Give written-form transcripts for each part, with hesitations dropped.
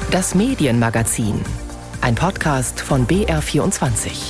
Das Medienmagazin. Ein Podcast von BR24.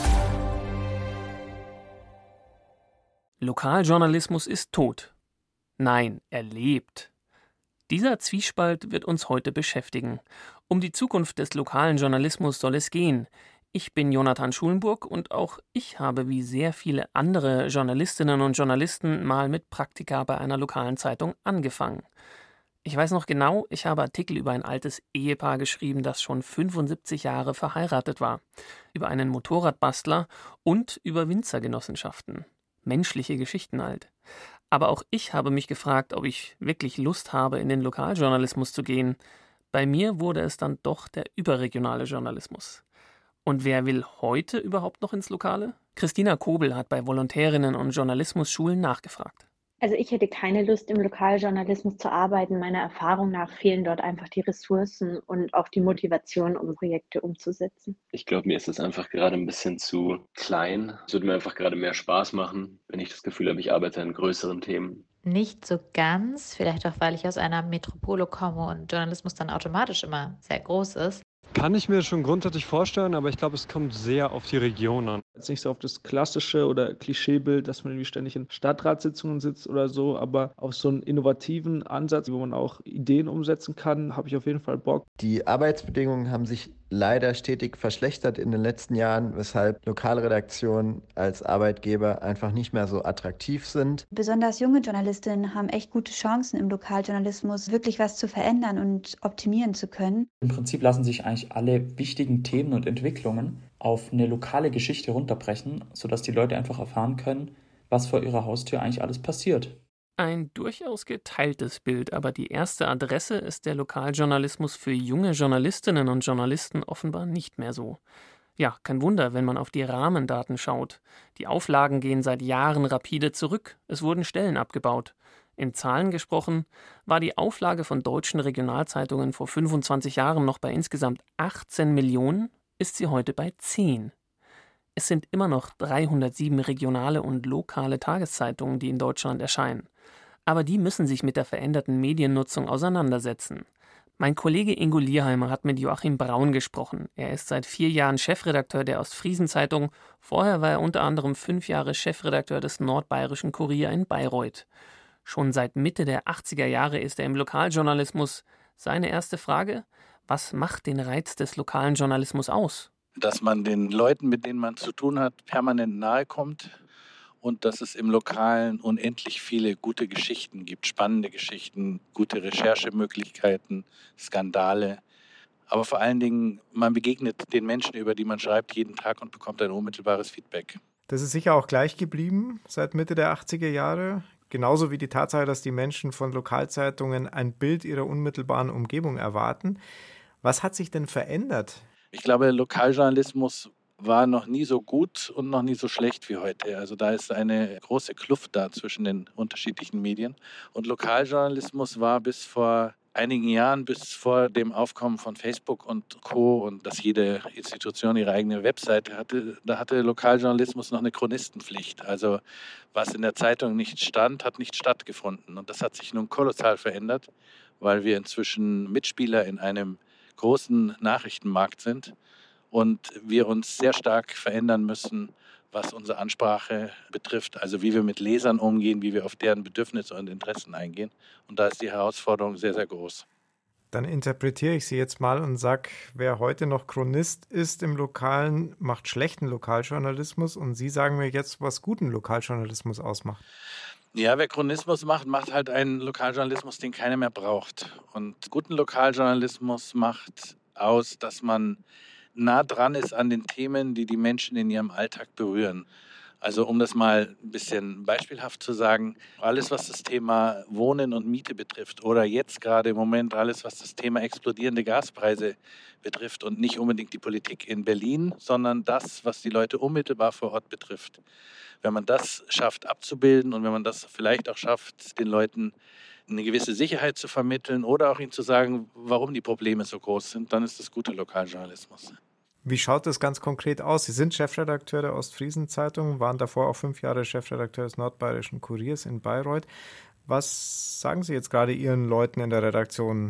Lokaljournalismus ist tot. Nein, er lebt. Dieser Zwiespalt wird uns heute beschäftigen. Um die Zukunft des lokalen Journalismus soll es gehen. Ich bin Jonathan Schulenburg und auch ich habe wie sehr viele andere Journalistinnen und Journalisten mal mit Praktika bei einer lokalen Zeitung angefangen. Ich weiß noch genau, ich habe Artikel über ein altes Ehepaar geschrieben, das schon 75 Jahre verheiratet war, über einen Motorradbastler und über Winzergenossenschaften. Menschliche Geschichten halt. Aber auch ich habe mich gefragt, ob ich wirklich Lust habe, in den Lokaljournalismus zu gehen. Bei mir wurde es dann doch der überregionale Journalismus. Und wer will heute überhaupt noch ins Lokale? Christina Kobel hat bei Volontärinnen und Journalismusschulen nachgefragt. Also ich hätte keine Lust, im Lokaljournalismus zu arbeiten. Meiner Erfahrung nach fehlen dort einfach die Ressourcen und auch die Motivation, um Projekte umzusetzen. Ich glaube, mir ist es einfach gerade ein bisschen zu klein. Es würde mir einfach gerade mehr Spaß machen, wenn ich das Gefühl habe, ich arbeite an größeren Themen. Nicht so ganz, vielleicht auch, weil ich aus einer Metropole komme und Journalismus dann automatisch immer sehr groß ist. Kann ich mir schon grundsätzlich vorstellen, aber ich glaube, es kommt sehr auf die Region an. Jetzt nicht so auf das klassische oder Klischeebild, dass man irgendwie ständig in Stadtratssitzungen sitzt oder so, aber auf so einen innovativen Ansatz, wo man auch Ideen umsetzen kann, habe ich auf jeden Fall Bock. Die Arbeitsbedingungen haben sich leider stetig verschlechtert in den letzten Jahren, weshalb Lokalredaktionen als Arbeitgeber einfach nicht mehr so attraktiv sind. Besonders junge Journalistinnen haben echt gute Chancen im Lokaljournalismus, wirklich was zu verändern und optimieren zu können. Im Prinzip lassen sich eigentlich alle wichtigen Themen und Entwicklungen auf eine lokale Geschichte runterbrechen, sodass die Leute einfach erfahren können, was vor ihrer Haustür eigentlich alles passiert. Ein durchaus geteiltes Bild, aber die erste Adresse ist der Lokaljournalismus für junge Journalistinnen und Journalisten offenbar nicht mehr so. Ja, kein Wunder, wenn man auf die Rahmendaten schaut. Die Auflagen gehen seit Jahren rapide zurück, es wurden Stellen abgebaut. In Zahlen gesprochen, war die Auflage von deutschen Regionalzeitungen vor 25 Jahren noch bei insgesamt 18 Millionen, ist sie heute bei 10. Es sind immer noch 307 regionale und lokale Tageszeitungen, die in Deutschland erscheinen. Aber die müssen sich mit der veränderten Mediennutzung auseinandersetzen. Mein Kollege Ingo Lierheimer hat mit Joachim Braun gesprochen. Er ist seit 4 Jahren Chefredakteur der Ostfriesen-Zeitung. Vorher war er unter anderem 5 Jahre Chefredakteur des Nordbayerischen Kurier in Bayreuth. Schon seit Mitte der 80er Jahre ist er im Lokaljournalismus. Seine erste Frage: Was macht den Reiz des lokalen Journalismus aus? Dass man den Leuten, mit denen man zu tun hat, permanent nahe kommt und dass es im Lokalen unendlich viele gute Geschichten gibt, spannende Geschichten, gute Recherchemöglichkeiten, Skandale. Aber vor allen Dingen, man begegnet den Menschen, über die man schreibt, jeden Tag und bekommt ein unmittelbares Feedback. Das ist sicher auch gleich geblieben seit Mitte der 80er Jahre. Genauso wie die Tatsache, dass die Menschen von Lokalzeitungen ein Bild ihrer unmittelbaren Umgebung erwarten. Was hat sich denn verändert? Ich glaube, Lokaljournalismus war noch nie so gut und noch nie so schlecht wie heute. Also da ist eine große Kluft da zwischen den unterschiedlichen Medien. Und Lokaljournalismus war bis vor einigen Jahren, bis vor dem Aufkommen von Facebook und Co. und dass jede Institution ihre eigene Webseite hatte, da hatte Lokaljournalismus noch eine Chronistenpflicht. Also was in der Zeitung nicht stand, hat nicht stattgefunden. Und das hat sich nun kolossal verändert, weil wir inzwischen Mitspieler in einem großen Nachrichtenmarkt sind und wir uns sehr stark verändern müssen, was unsere Ansprache betrifft, also wie wir mit Lesern umgehen, wie wir auf deren Bedürfnisse und Interessen eingehen. Und da ist die Herausforderung sehr, sehr groß. Dann interpretiere ich Sie jetzt mal und sage, wer heute noch Chronist ist im Lokalen, macht schlechten Lokaljournalismus und Sie sagen mir jetzt, was guten Lokaljournalismus ausmacht. Ja, wer Chronismus macht, macht halt einen Lokaljournalismus, den keiner mehr braucht. Und guten Lokaljournalismus macht aus, dass man nah dran ist an den Themen, die die Menschen in ihrem Alltag berühren. Also um das mal ein bisschen beispielhaft zu sagen, alles, was das Thema Wohnen und Miete betrifft oder jetzt gerade im Moment alles, was das Thema explodierende Gaspreise betrifft und nicht unbedingt die Politik in Berlin, sondern das, was die Leute unmittelbar vor Ort betrifft. Wenn man das schafft abzubilden und wenn man das vielleicht auch schafft, den Leuten eine gewisse Sicherheit zu vermitteln oder auch ihnen zu sagen, warum die Probleme so groß sind, dann ist das guter Lokaljournalismus. Wie schaut das ganz konkret aus? Sie sind Chefredakteur der Ostfriesen-Zeitung, waren davor auch 5 Jahre Chefredakteur des Nordbayerischen Kuriers in Bayreuth. Was sagen Sie jetzt gerade Ihren Leuten in der Redaktion?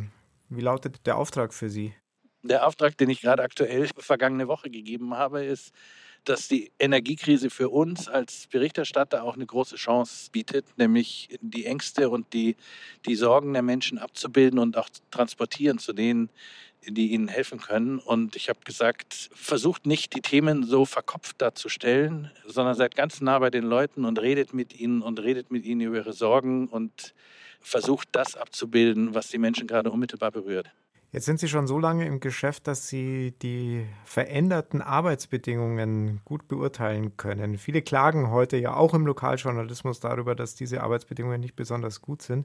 Wie lautet der Auftrag für Sie? Der Auftrag, den ich gerade aktuell vergangene Woche gegeben habe, ist, dass die Energiekrise für uns als Berichterstatter auch eine große Chance bietet, nämlich die Ängste und die Sorgen der Menschen abzubilden und auch transportieren zu denen, die ihnen helfen können. Und ich habe gesagt, versucht nicht, die Themen so verkopft darzustellen, sondern seid ganz nah bei den Leuten und redet mit ihnen über ihre Sorgen und versucht das abzubilden, was die Menschen gerade unmittelbar berührt. Jetzt sind Sie schon so lange im Geschäft, dass Sie die veränderten Arbeitsbedingungen gut beurteilen können. Viele klagen heute ja auch im Lokaljournalismus darüber, dass diese Arbeitsbedingungen nicht besonders gut sind.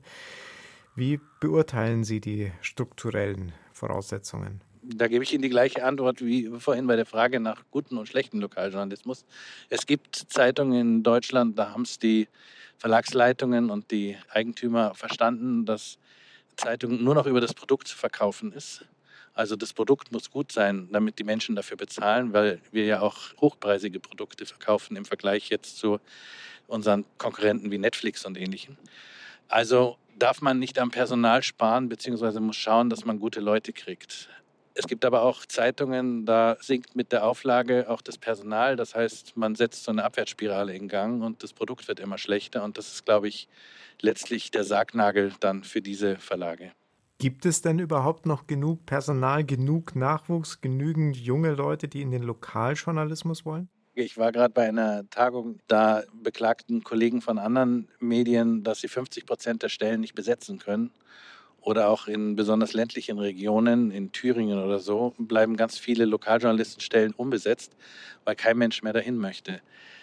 Wie beurteilen Sie die strukturellen Voraussetzungen? Da gebe ich Ihnen die gleiche Antwort wie vorhin bei der Frage nach guten und schlechten Lokaljournalismus. Es gibt Zeitungen in Deutschland, da haben es die Verlagsleitungen und die Eigentümer verstanden, dass Zeitung nur noch über das Produkt zu verkaufen ist. Also das Produkt muss gut sein, damit die Menschen dafür bezahlen, weil wir ja auch hochpreisige Produkte verkaufen im Vergleich jetzt zu unseren Konkurrenten wie Netflix und Ähnlichem. Also darf man nicht am Personal sparen, beziehungsweise muss schauen, dass man gute Leute kriegt. Es gibt aber auch Zeitungen, da sinkt mit der Auflage auch das Personal. Das heißt, man setzt so eine Abwärtsspirale in Gang und das Produkt wird immer schlechter. Und das ist, glaube ich, letztlich der Sargnagel dann für diese Verlage. Gibt es denn überhaupt noch genug Personal, genug Nachwuchs, genügend junge Leute, die in den Lokaljournalismus wollen? Ich war gerade bei einer Tagung, da beklagten Kollegen von anderen Medien, dass sie 50% der Stellen nicht besetzen können. Oder auch in besonders ländlichen Regionen, in Thüringen oder so, bleiben ganz viele Lokaljournalistenstellen unbesetzt, weil kein Mensch mehr dahin möchte.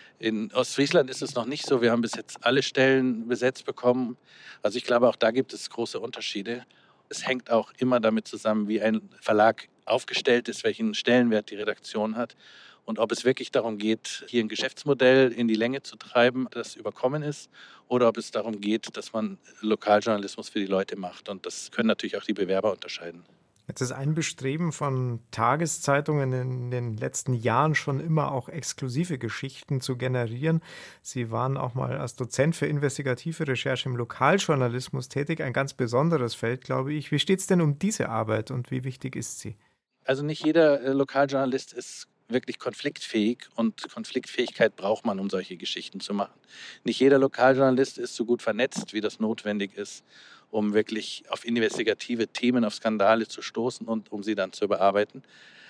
In Ostfriesland ist es noch nicht so. Wir haben bis jetzt alle Stellen besetzt bekommen. Also ich glaube, auch da gibt es große Unterschiede. Es hängt auch immer damit zusammen, wie ein Verlag aufgestellt ist, welchen Stellenwert die Redaktion hat und ob es wirklich darum geht, hier ein Geschäftsmodell in die Länge zu treiben, das überkommen ist, oder ob es darum geht, dass man Lokaljournalismus für die Leute macht. Und das können natürlich auch die Bewerber unterscheiden. Jetzt ist ein Bestreben von Tageszeitungen in den letzten Jahren schon immer auch exklusive Geschichten zu generieren. Sie waren auch mal als Dozent für investigative Recherche im Lokaljournalismus tätig, ein ganz besonderes Feld, glaube ich. Wie steht es denn um diese Arbeit und wie wichtig ist sie? Also nicht jeder Lokaljournalist ist wirklich konfliktfähig und Konfliktfähigkeit braucht man, um solche Geschichten zu machen. Nicht jeder Lokaljournalist ist so gut vernetzt, wie das notwendig ist, um wirklich auf investigative Themen, auf Skandale zu stoßen und um sie dann zu bearbeiten.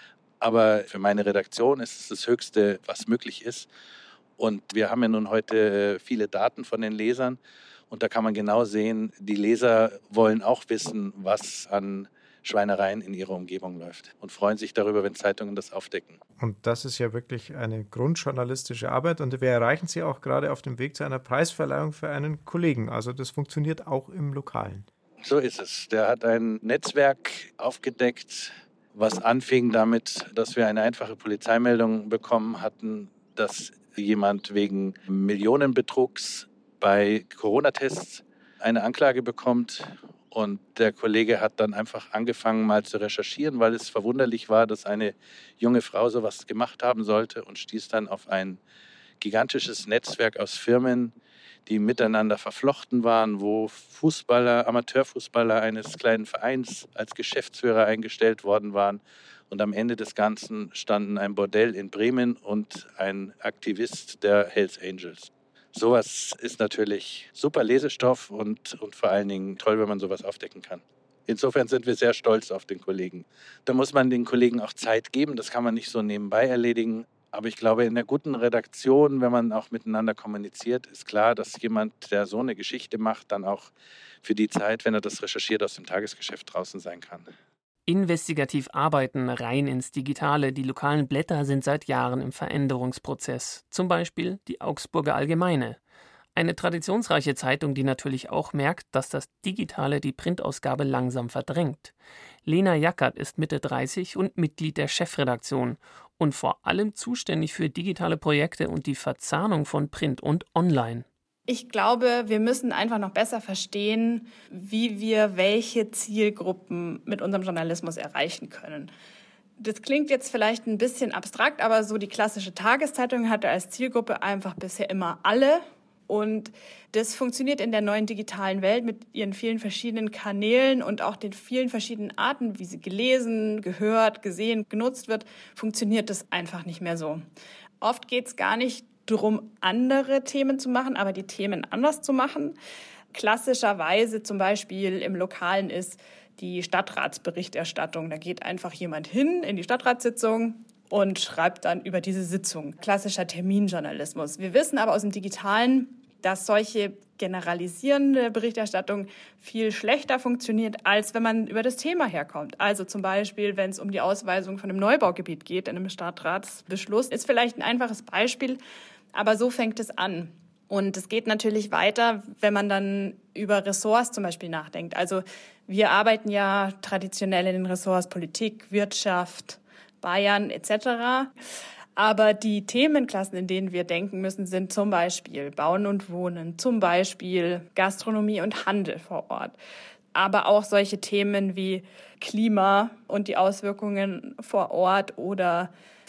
Aber für meine Redaktion ist es das Höchste, was möglich ist. Und wir haben ja nun heute viele Daten von den Lesern und da kann man genau sehen, die Leser wollen auch wissen, was an Schweinereien in ihrer Umgebung läuft und freuen sich darüber, wenn Zeitungen das aufdecken. Und das ist ja wirklich eine grundjournalistische Arbeit und wir erreichen Sie auch gerade auf dem Weg zu einer Preisverleihung für einen Kollegen. Also das funktioniert auch im Lokalen. So ist es. Der hat ein Netzwerk aufgedeckt, was anfing damit, dass wir eine einfache Polizeimeldung bekommen hatten, dass jemand wegen Millionenbetrugs bei Corona-Tests eine Anklage bekommt. Und der Kollege hat dann einfach angefangen, mal zu recherchieren, weil es verwunderlich war, dass eine junge Frau sowas gemacht haben sollte und stieß dann auf ein gigantisches Netzwerk aus Firmen, die miteinander verflochten waren, wo Fußballer, Amateurfußballer eines kleinen Vereins als Geschäftsführer eingestellt worden waren. Und am Ende des Ganzen standen ein Bordell in Bremen und ein Aktivist der Hells Angels. Sowas ist natürlich super Lesestoff und vor allen Dingen toll, wenn man sowas aufdecken kann. Insofern sind wir sehr stolz auf den Kollegen. Da muss man den Kollegen auch Zeit geben, das kann man nicht so nebenbei erledigen. Aber ich glaube, in der guten Redaktion, wenn man auch miteinander kommuniziert, ist klar, dass jemand, der so eine Geschichte macht, dann auch für die Zeit, wenn er das recherchiert, aus dem Tagesgeschäft draußen sein kann. Investigativ arbeiten, rein ins Digitale. Die lokalen Blätter sind seit Jahren im Veränderungsprozess. Zum Beispiel die Augsburger Allgemeine. Eine traditionsreiche Zeitung, die natürlich auch merkt, dass das Digitale die Printausgabe langsam verdrängt. Lena Jackert ist Mitte 30 und Mitglied der Chefredaktion und vor allem zuständig für digitale Projekte und die Verzahnung von Print und Online. Ich glaube, wir müssen einfach noch besser verstehen, wie wir welche Zielgruppen mit unserem Journalismus erreichen können. Das klingt jetzt vielleicht ein bisschen abstrakt, aber so die klassische Tageszeitung hatte als Zielgruppe einfach bisher immer alle Und das funktioniert in der neuen digitalen Welt mit ihren vielen verschiedenen Kanälen und auch den vielen verschiedenen Arten, wie sie gelesen, gehört, gesehen, genutzt wird, funktioniert das einfach nicht mehr so. Oft geht es gar nicht darum, andere Themen zu machen, aber die Themen anders zu machen. Klassischerweise zum Beispiel im Lokalen ist die Stadtratsberichterstattung. Da geht einfach jemand hin in die Stadtratssitzung und schreibt dann über diese Sitzung. Klassischer Terminjournalismus. Wir wissen aber aus dem Digitalen, dass solche generalisierende Berichterstattung viel schlechter funktioniert, als wenn man über das Thema herkommt. Also zum Beispiel, wenn es um die Ausweisung von einem Neubaugebiet geht, in einem Stadtratsbeschluss, ist vielleicht ein einfaches Beispiel, aber so fängt es an. Und es geht natürlich weiter, wenn man dann über Ressorts zum Beispiel nachdenkt. Also wir arbeiten ja traditionell in den Ressorts Politik, Wirtschaft, Bayern etc. Aber die Themenklassen, in denen wir denken müssen, sind zum Beispiel Bauen und Wohnen, zum Beispiel Gastronomie und Handel vor Ort. Aber auch solche Themen wie Klima und die Auswirkungen vor Ort oder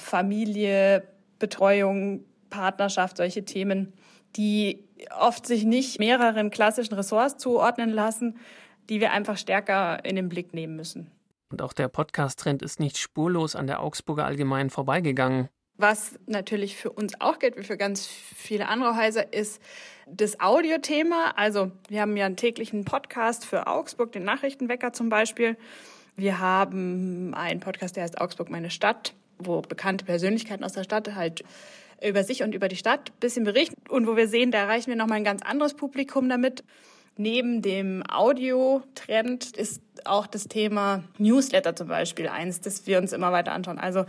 Familie, Betreuung, Partnerschaft, solche Themen, die oft sich nicht mehreren klassischen Ressorts zuordnen lassen, die wir einfach stärker in den Blick nehmen müssen. Und auch der Podcast-Trend ist nicht spurlos an der Augsburger Allgemeinen vorbeigegangen. Was natürlich für uns auch gilt, wie für ganz viele andere Häuser, ist das Audiothema. Also wir haben ja einen täglichen Podcast für Augsburg, den Nachrichtenwecker zum Beispiel. Wir haben einen Podcast, der heißt Augsburg, meine Stadt, wo bekannte Persönlichkeiten aus der Stadt halt über sich und über die Stadt ein bisschen berichten. Und wo wir sehen, da erreichen wir nochmal ein ganz anderes Publikum damit. Neben dem Audiotrend ist auch das Thema Newsletter zum Beispiel eins, das wir uns immer weiter anschauen. Also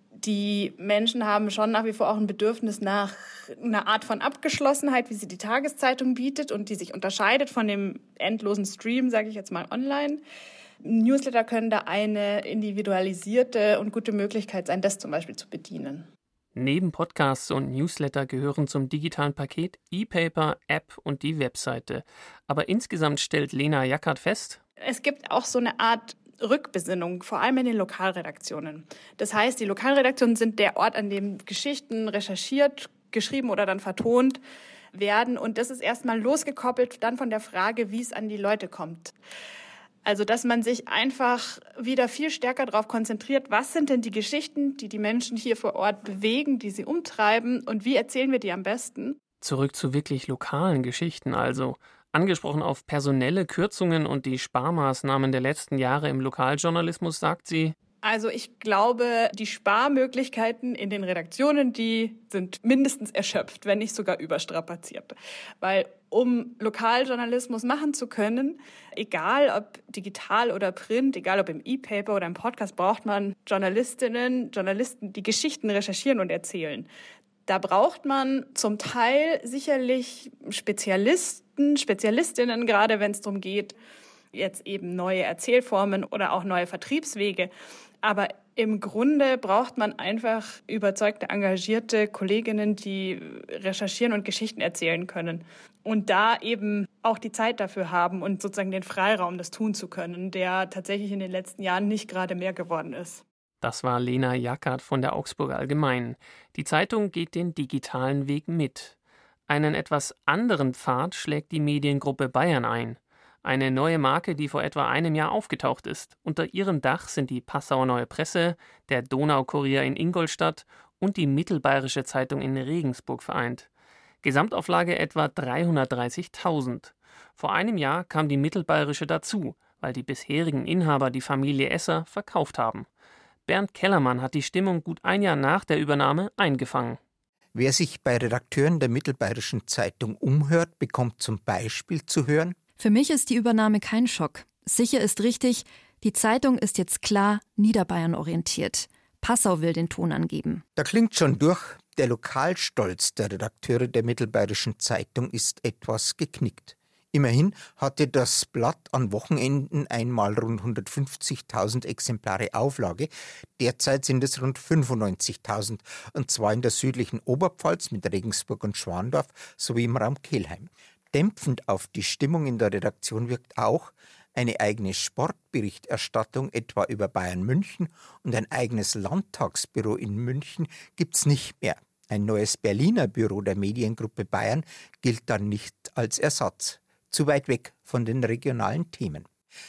die Menschen haben schon nach wie vor auch ein Bedürfnis nach einer Art von Abgeschlossenheit, wie sie die Tageszeitung bietet und die sich unterscheidet von dem endlosen Stream, sage ich jetzt mal, online. Newsletter können da eine individualisierte und gute Möglichkeit sein, das zum Beispiel zu bedienen. Neben Podcasts und Newsletter gehören zum digitalen Paket E-Paper, App und die Webseite. Aber insgesamt stellt Lena Jackert fest: Es gibt auch so eine Art Rückbesinnung, vor allem in den Lokalredaktionen. Das heißt, die Lokalredaktionen sind der Ort, an dem Geschichten recherchiert, geschrieben oder dann vertont werden. Und das ist erstmal losgekoppelt dann von der Frage, wie es an die Leute kommt. Also, dass man sich einfach wieder viel stärker darauf konzentriert, was sind denn die Geschichten, die die Menschen hier vor Ort bewegen, die sie umtreiben und wie erzählen wir die am besten? Zurück zu wirklich lokalen Geschichten also. Angesprochen auf personelle Kürzungen und die Sparmaßnahmen der letzten Jahre im Lokaljournalismus, sagt sie: Also ich glaube, die Sparmöglichkeiten in den Redaktionen, die sind mindestens erschöpft, wenn nicht sogar überstrapaziert. Weil um Lokaljournalismus machen zu können, egal ob digital oder print, egal ob im E-Paper oder im Podcast, braucht man Journalistinnen, Journalisten, die Geschichten recherchieren und erzählen. Da braucht man zum Teil sicherlich Spezialisten, Spezialistinnen, gerade wenn es darum geht, jetzt eben neue Erzählformen oder auch neue Vertriebswege. Aber im Grunde braucht man einfach überzeugte, engagierte Kolleginnen, die recherchieren und Geschichten erzählen können. Und da eben auch die Zeit dafür haben und sozusagen den Freiraum, das tun zu können, der tatsächlich in den letzten Jahren nicht gerade mehr geworden ist. Das war Lena Jackert von der Augsburger Allgemeinen. Die Zeitung geht den digitalen Weg mit. Einen etwas anderen Pfad schlägt die Mediengruppe Bayern ein. Eine neue Marke, die vor etwa einem Jahr aufgetaucht ist. Unter ihrem Dach sind die Passauer Neue Presse, der Donaukurier in Ingolstadt und die Mittelbayerische Zeitung in Regensburg vereint. Gesamtauflage etwa 330.000. Vor einem Jahr kam die Mittelbayerische dazu, weil die bisherigen Inhaber die Familie Esser verkauft haben. Bernd Kellermann hat die Stimmung gut ein Jahr nach der Übernahme eingefangen. Wer sich bei Redakteuren der Mittelbayerischen Zeitung umhört, bekommt zum Beispiel zu hören: Für mich ist die Übernahme kein Schock. Sicher ist richtig, die Zeitung ist jetzt klar Niederbayern orientiert. Passau will den Ton angeben. Da klingt schon durch, der Lokalstolz der Redakteure der Mittelbayerischen Zeitung ist etwas geknickt. Immerhin hatte das Blatt an Wochenenden einmal rund 150.000 Exemplare Auflage. Derzeit sind es rund 95.000, und zwar in der südlichen Oberpfalz mit Regensburg und Schwandorf sowie im Raum Kelheim. Dämpfend auf die Stimmung in der Redaktion wirkt auch: eine eigene Sportberichterstattung etwa über Bayern München und ein eigenes Landtagsbüro in München gibt's nicht mehr. Ein neues Berliner Büro der Mediengruppe Bayern gilt dann nicht als Ersatz. Zu weit weg von den regionalen Themen.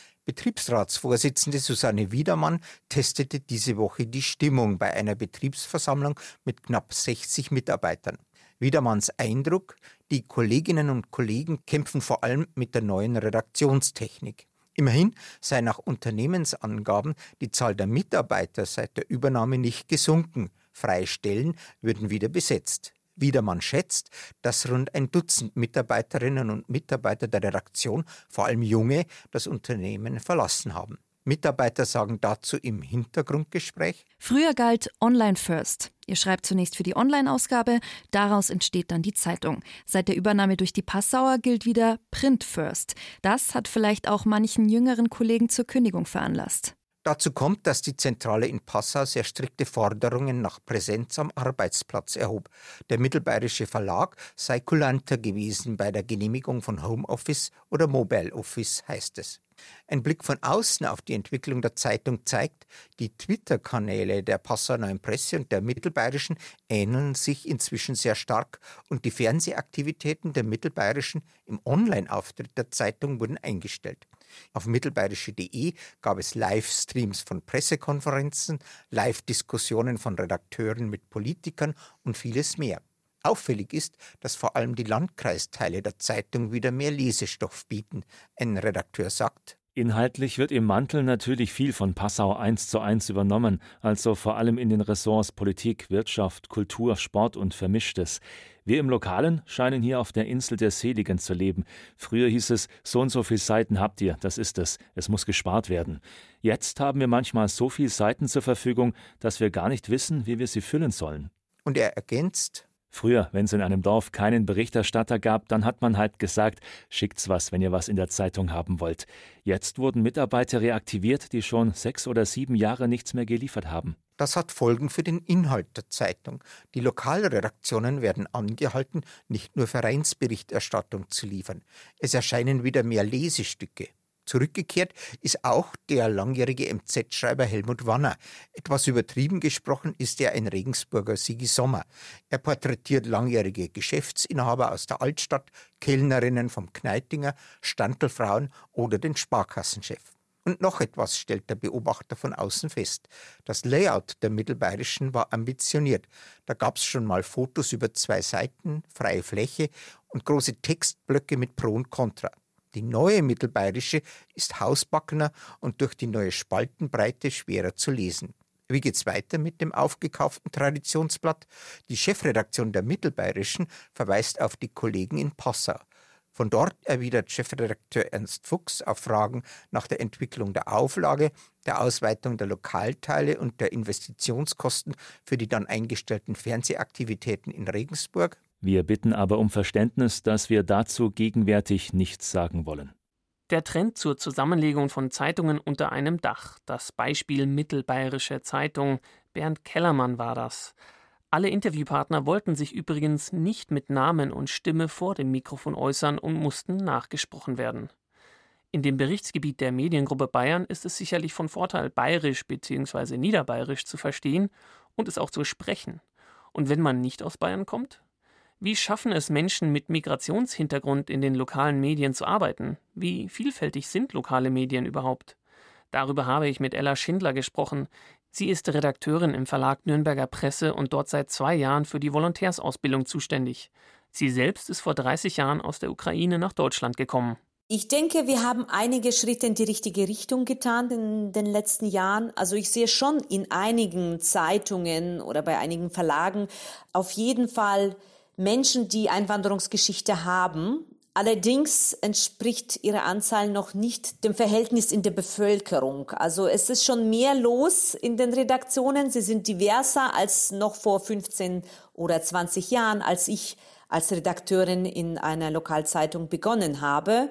Betriebsratsvorsitzende Susanne Wiedermann testete diese Woche die Stimmung bei einer Betriebsversammlung mit knapp 60 Mitarbeitern. Wiedermanns Eindruck, die Kolleginnen und Kollegen kämpfen vor allem mit der neuen Redaktionstechnik. Immerhin sei nach Unternehmensangaben die Zahl der Mitarbeiter seit der Übernahme nicht gesunken. Freie Stellen würden wieder besetzt. Wiedermann schätzt, dass rund ein Dutzend Mitarbeiterinnen und Mitarbeiter der Redaktion, vor allem Junge, das Unternehmen verlassen haben. Mitarbeiter sagen dazu im Hintergrundgespräch: Früher galt Online First. Ihr schreibt zunächst für die Online-Ausgabe, daraus entsteht dann die Zeitung. Seit der Übernahme durch die Passauer gilt wieder Print First. Das hat vielleicht auch manchen jüngeren Kollegen zur Kündigung veranlasst. Dazu kommt, dass die Zentrale in Passau sehr strikte Forderungen nach Präsenz am Arbeitsplatz erhob. Der Mittelbayerische Verlag sei kulanter gewesen bei der Genehmigung von Homeoffice oder Mobile Office, heißt es. Ein Blick von außen auf die Entwicklung der Zeitung zeigt, die Twitter-Kanäle der Passauer Neuen Presse und der Mittelbayerischen ähneln sich inzwischen sehr stark und die Fernsehaktivitäten der Mittelbayerischen im Online-Auftritt der Zeitung wurden eingestellt. Auf mittelbayerische.de gab es Livestreams von Pressekonferenzen, Live-Diskussionen von Redakteuren mit Politikern und vieles mehr. Auffällig ist, dass vor allem die Landkreisteile der Zeitung wieder mehr Lesestoff bieten. Ein Redakteur sagt: Inhaltlich wird im Mantel natürlich viel von Passau 1:1 übernommen, also vor allem in den Ressorts Politik, Wirtschaft, Kultur, Sport und Vermischtes. Wir im Lokalen scheinen hier auf der Insel der Seligen zu leben. Früher hieß es, so und so viele Seiten habt ihr, das ist es muss gespart werden. Jetzt haben wir manchmal so viele Seiten zur Verfügung, dass wir gar nicht wissen, wie wir sie füllen sollen. Und er ergänzt: Früher, wenn es in einem Dorf keinen Berichterstatter gab, dann hat man halt gesagt, schickt's was, wenn ihr was in der Zeitung haben wollt. Jetzt wurden Mitarbeiter reaktiviert, die schon 6 oder 7 Jahre nichts mehr geliefert haben. Das hat Folgen für den Inhalt der Zeitung. Die Lokalredaktionen werden angehalten, nicht nur Vereinsberichterstattung zu liefern. Es erscheinen wieder mehr Lesestücke. Zurückgekehrt ist auch der langjährige MZ-Schreiber Helmut Wanner. Etwas übertrieben gesprochen ist er ein Regensburger Sigi Sommer. Er porträtiert langjährige Geschäftsinhaber aus der Altstadt, Kellnerinnen vom Kneitinger, Standelfrauen oder den Sparkassenchef. Und noch etwas stellt der Beobachter von außen fest. Das Layout der Mittelbayerischen war ambitioniert. Da gab es schon mal Fotos über 2 Seiten, freie Fläche und große Textblöcke mit Pro und Contra. Die neue Mittelbayerische ist hausbackener und durch die neue Spaltenbreite schwerer zu lesen. Wie geht's weiter mit dem aufgekauften Traditionsblatt? Die Chefredaktion der Mittelbayerischen verweist auf die Kollegen in Passau. Von dort erwidert Chefredakteur Ernst Fuchs auf Fragen nach der Entwicklung der Auflage, der Ausweitung der Lokalteile und der Investitionskosten für die dann eingestellten Fernsehaktivitäten in Regensburg: Wir bitten aber um Verständnis, dass wir dazu gegenwärtig nichts sagen wollen. Der Trend zur Zusammenlegung von Zeitungen unter einem Dach, das Beispiel Mittelbayerische Zeitung, Bernd Kellermann war das. Alle Interviewpartner wollten sich übrigens nicht mit Namen und Stimme vor dem Mikrofon äußern und mussten nachgesprochen werden. In dem Berichtsgebiet der Mediengruppe Bayern ist es sicherlich von Vorteil, bayerisch bzw. niederbayerisch zu verstehen und es auch zu sprechen. Und wenn man nicht aus Bayern kommt? Wie schaffen es Menschen mit Migrationshintergrund in den lokalen Medien zu arbeiten? Wie vielfältig sind lokale Medien überhaupt? Darüber habe ich mit Ella Schindler gesprochen. Sie ist Redakteurin im Verlag Nürnberger Presse und dort seit 2 Jahren für die Volontärsausbildung zuständig. Sie selbst ist vor 30 Jahren aus der Ukraine nach Deutschland gekommen. Ich denke, wir haben einige Schritte in die richtige Richtung getan in den letzten Jahren. Also ich sehe schon in einigen Zeitungen oder bei einigen Verlagen auf jeden Fall Menschen, die Einwanderungsgeschichte haben. Allerdings entspricht ihre Anzahl noch nicht dem Verhältnis in der Bevölkerung. Also es ist schon mehr los in den Redaktionen. Sie sind diverser als noch vor 15 oder 20 Jahren, als ich als Redakteurin in einer Lokalzeitung begonnen habe.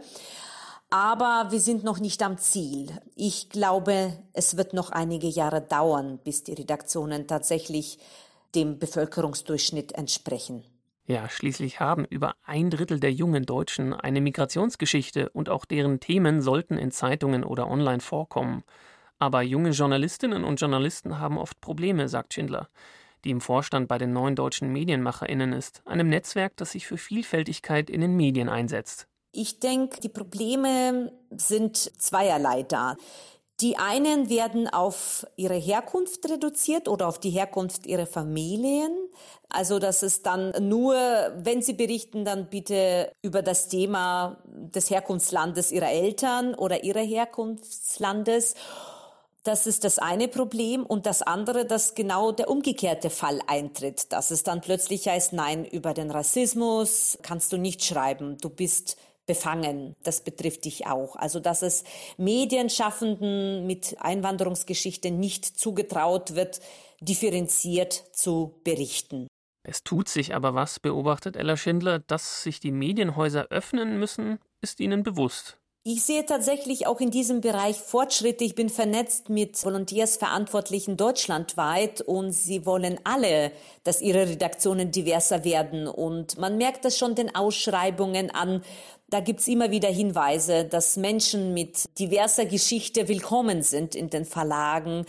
Aber wir sind noch nicht am Ziel. Ich glaube, es wird noch einige Jahre dauern, bis die Redaktionen tatsächlich dem Bevölkerungsdurchschnitt entsprechen. Ja, schließlich haben über 1/3 der jungen Deutschen eine Migrationsgeschichte und auch deren Themen sollten in Zeitungen oder online vorkommen. Aber junge Journalistinnen und Journalisten haben oft Probleme, sagt Schindler. die im Vorstand bei den Neuen Deutschen MedienmacherInnen ist, einem Netzwerk, das sich für Vielfältigkeit in den Medien einsetzt. Ich denke, die Probleme sind zweierlei da. Die einen werden auf ihre Herkunft reduziert oder auf die Herkunft ihrer Familien. Also das ist dann nur, wenn sie berichten, dann bitte über das Thema des Herkunftslandes ihrer Eltern oder ihrer Herkunftslandes. Das ist das eine Problem. Und das andere, dass genau der umgekehrte Fall eintritt. Dass es dann plötzlich heißt, nein, über den Rassismus kannst du nicht schreiben, du bist befangen. Das betrifft dich auch. Also, dass es Medienschaffenden mit Einwanderungsgeschichte nicht zugetraut wird, differenziert zu berichten. Es tut sich aber was, beobachtet Ella Schindler. Dass sich die Medienhäuser öffnen müssen, ist ihnen bewusst. Ich sehe tatsächlich auch in diesem Bereich Fortschritte. Ich bin vernetzt mit Volontärsverantwortlichen deutschlandweit und sie wollen alle, dass ihre Redaktionen diverser werden. Und man merkt das schon den Ausschreibungen an. Da gibt's immer wieder Hinweise, dass Menschen mit diverser Geschichte willkommen sind in den Verlagen.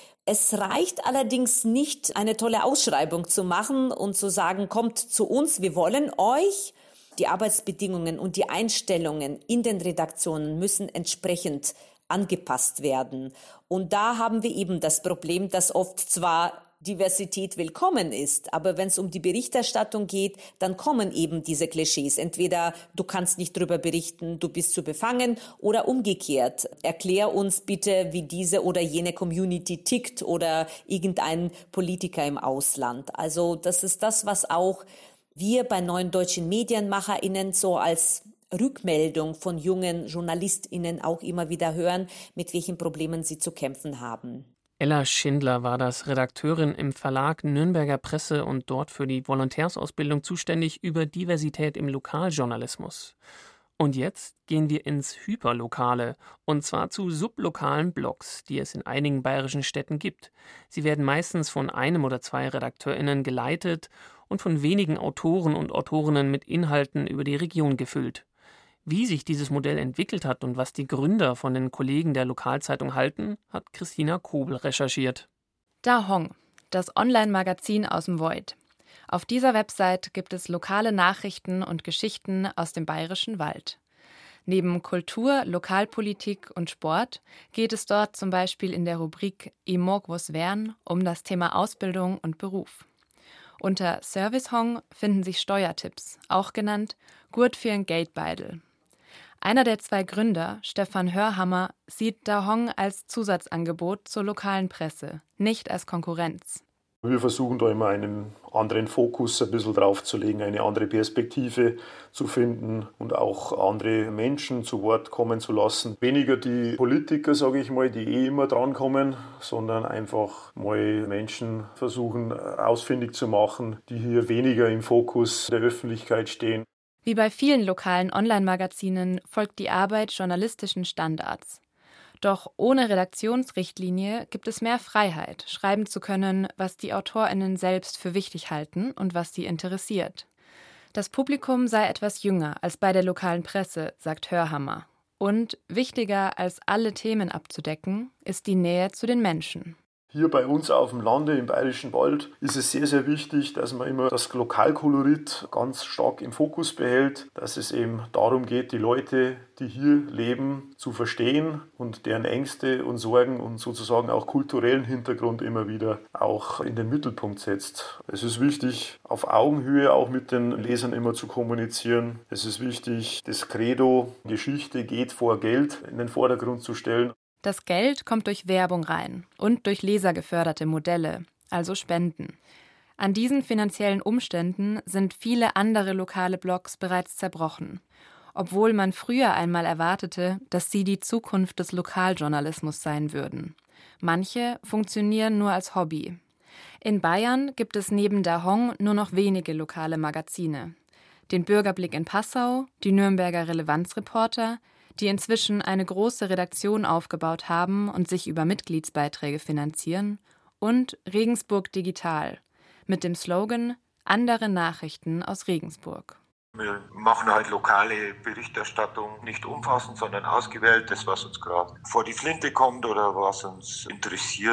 Es reicht allerdings nicht, eine tolle Ausschreibung zu machen und zu sagen, kommt zu uns, wir wollen euch. Die Arbeitsbedingungen und die Einstellungen in den Redaktionen müssen entsprechend angepasst werden. Und da haben wir eben das Problem, dass oft zwar Diversität willkommen ist, aber wenn es um die Berichterstattung geht, dann kommen eben diese Klischees. Entweder du kannst nicht drüber berichten, du bist zu befangen, oder umgekehrt. Erklär uns bitte, wie diese oder jene Community tickt oder irgendein Politiker im Ausland. Also das ist das, was auch wir bei Neuen Deutschen MedienmacherInnen so als Rückmeldung von jungen JournalistInnen auch immer wieder hören, mit welchen Problemen sie zu kämpfen haben. Ella Schindler war das, Redakteurin im Verlag Nürnberger Presse und dort für die Volontärsausbildung zuständig über Diversität im Lokaljournalismus. Und jetzt gehen wir ins Hyperlokale, und zwar zu sublokalen Blogs, die es in einigen bayerischen Städten gibt. Sie werden meistens von einem oder zwei RedakteurInnen geleitet und von wenigen Autoren und Autorinnen mit Inhalten über die Region gefüllt. Wie sich dieses Modell entwickelt hat und was die Gründer von den Kollegen der Lokalzeitung halten, hat Christina Kobel recherchiert. Da Hong, das Online-Magazin aus dem Void. Auf dieser Website gibt es lokale Nachrichten und Geschichten aus dem Bayerischen Wald. Neben Kultur, Lokalpolitik und Sport geht es dort zum Beispiel in der Rubrik I mag was wern um das Thema Ausbildung und Beruf. Unter Service Hong finden sich Steuertipps, auch genannt Gut für ein Geldbeidel. Einer der zwei Gründer, Stefan Hörhammer, sieht Da Hong als Zusatzangebot zur lokalen Presse, nicht als Konkurrenz. Wir versuchen da immer einen anderen Fokus ein bisschen drauf zu legen, eine andere Perspektive zu finden und auch andere Menschen zu Wort kommen zu lassen. Weniger die Politiker, sage ich mal, die immer drankommen, sondern einfach mal Menschen versuchen ausfindig zu machen, die hier weniger im Fokus der Öffentlichkeit stehen. Wie bei vielen lokalen Online-Magazinen folgt die Arbeit journalistischen Standards. Doch ohne Redaktionsrichtlinie gibt es mehr Freiheit, schreiben zu können, was die AutorInnen selbst für wichtig halten und was sie interessiert. Das Publikum sei etwas jünger als bei der lokalen Presse, sagt Hörhammer. Und wichtiger als alle Themen abzudecken, ist die Nähe zu den Menschen. Hier bei uns auf dem Lande im Bayerischen Wald ist es sehr, sehr wichtig, dass man immer das Lokalkolorit ganz stark im Fokus behält, dass es eben darum geht, die Leute, die hier leben, zu verstehen und deren Ängste und Sorgen und sozusagen auch kulturellen Hintergrund immer wieder auch in den Mittelpunkt setzt. Es ist wichtig, auf Augenhöhe auch mit den Lesern immer zu kommunizieren. Es ist wichtig, das Credo Geschichte geht vor Geld in den Vordergrund zu stellen. Das Geld kommt durch Werbung rein und durch lesergeförderte Modelle, also Spenden. An diesen finanziellen Umständen sind viele andere lokale Blogs bereits zerbrochen, obwohl man früher einmal erwartete, dass sie die Zukunft des Lokaljournalismus sein würden. Manche funktionieren nur als Hobby. In Bayern gibt es neben Da Hong nur noch wenige lokale Magazine. Den Bürgerblick in Passau, die Nürnberger Relevanzreporter, die inzwischen eine große Redaktion aufgebaut haben und sich über Mitgliedsbeiträge finanzieren, und Regensburg Digital mit dem Slogan »Andere Nachrichten aus Regensburg«. Wir machen halt lokale Berichterstattung, nicht umfassend, sondern ausgewählt, das, was uns gerade vor die Flinte kommt oder was uns interessiert.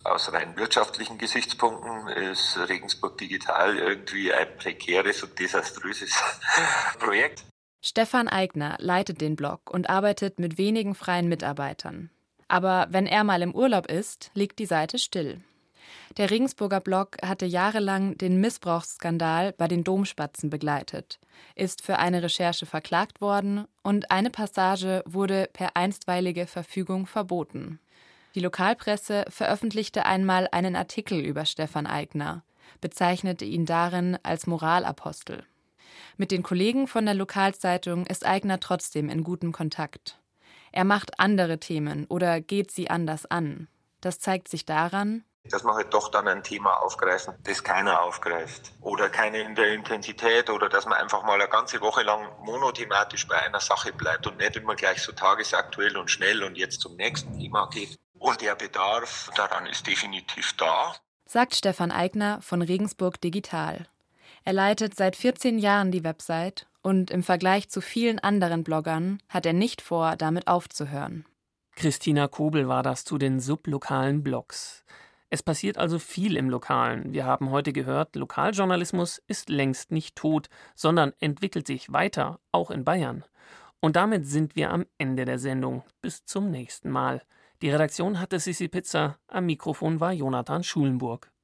Aus rein wirtschaftlichen Gesichtspunkten ist Regensburg Digital irgendwie ein prekäres und desaströses Projekt. Stefan Aigner leitet den Blog und arbeitet mit wenigen freien Mitarbeitern. Aber wenn er mal im Urlaub ist, liegt die Seite still. Der Regensburger Blog hatte jahrelang den Missbrauchsskandal bei den Domspatzen begleitet, ist für eine Recherche verklagt worden und eine Passage wurde per einstweilige Verfügung verboten. Die Lokalpresse veröffentlichte einmal einen Artikel über Stefan Aigner, bezeichnete ihn darin als Moralapostel. Mit den Kollegen von der Lokalzeitung ist Aigner trotzdem in gutem Kontakt. Er macht andere Themen oder geht sie anders an. Das zeigt sich daran, dass man halt doch dann ein Thema aufgreifen, das keiner aufgreift. Oder keine in der Intensität oder dass man einfach mal eine ganze Woche lang monothematisch bei einer Sache bleibt und nicht immer gleich so tagesaktuell und schnell und jetzt zum nächsten Thema geht. Und der Bedarf daran ist definitiv da, sagt Stefan Aigner von Regensburg Digital. Er leitet seit 14 Jahren die Website und im Vergleich zu vielen anderen Bloggern hat er nicht vor, damit aufzuhören. Christina Kobel war das zu den sublokalen Blogs. Es passiert also viel im Lokalen. Wir haben heute gehört, Lokaljournalismus ist längst nicht tot, sondern entwickelt sich weiter, auch in Bayern. Und damit sind wir am Ende der Sendung. Bis zum nächsten Mal. Die Redaktion hatte Sissi Pizza, am Mikrofon war Jonathan Schulenburg.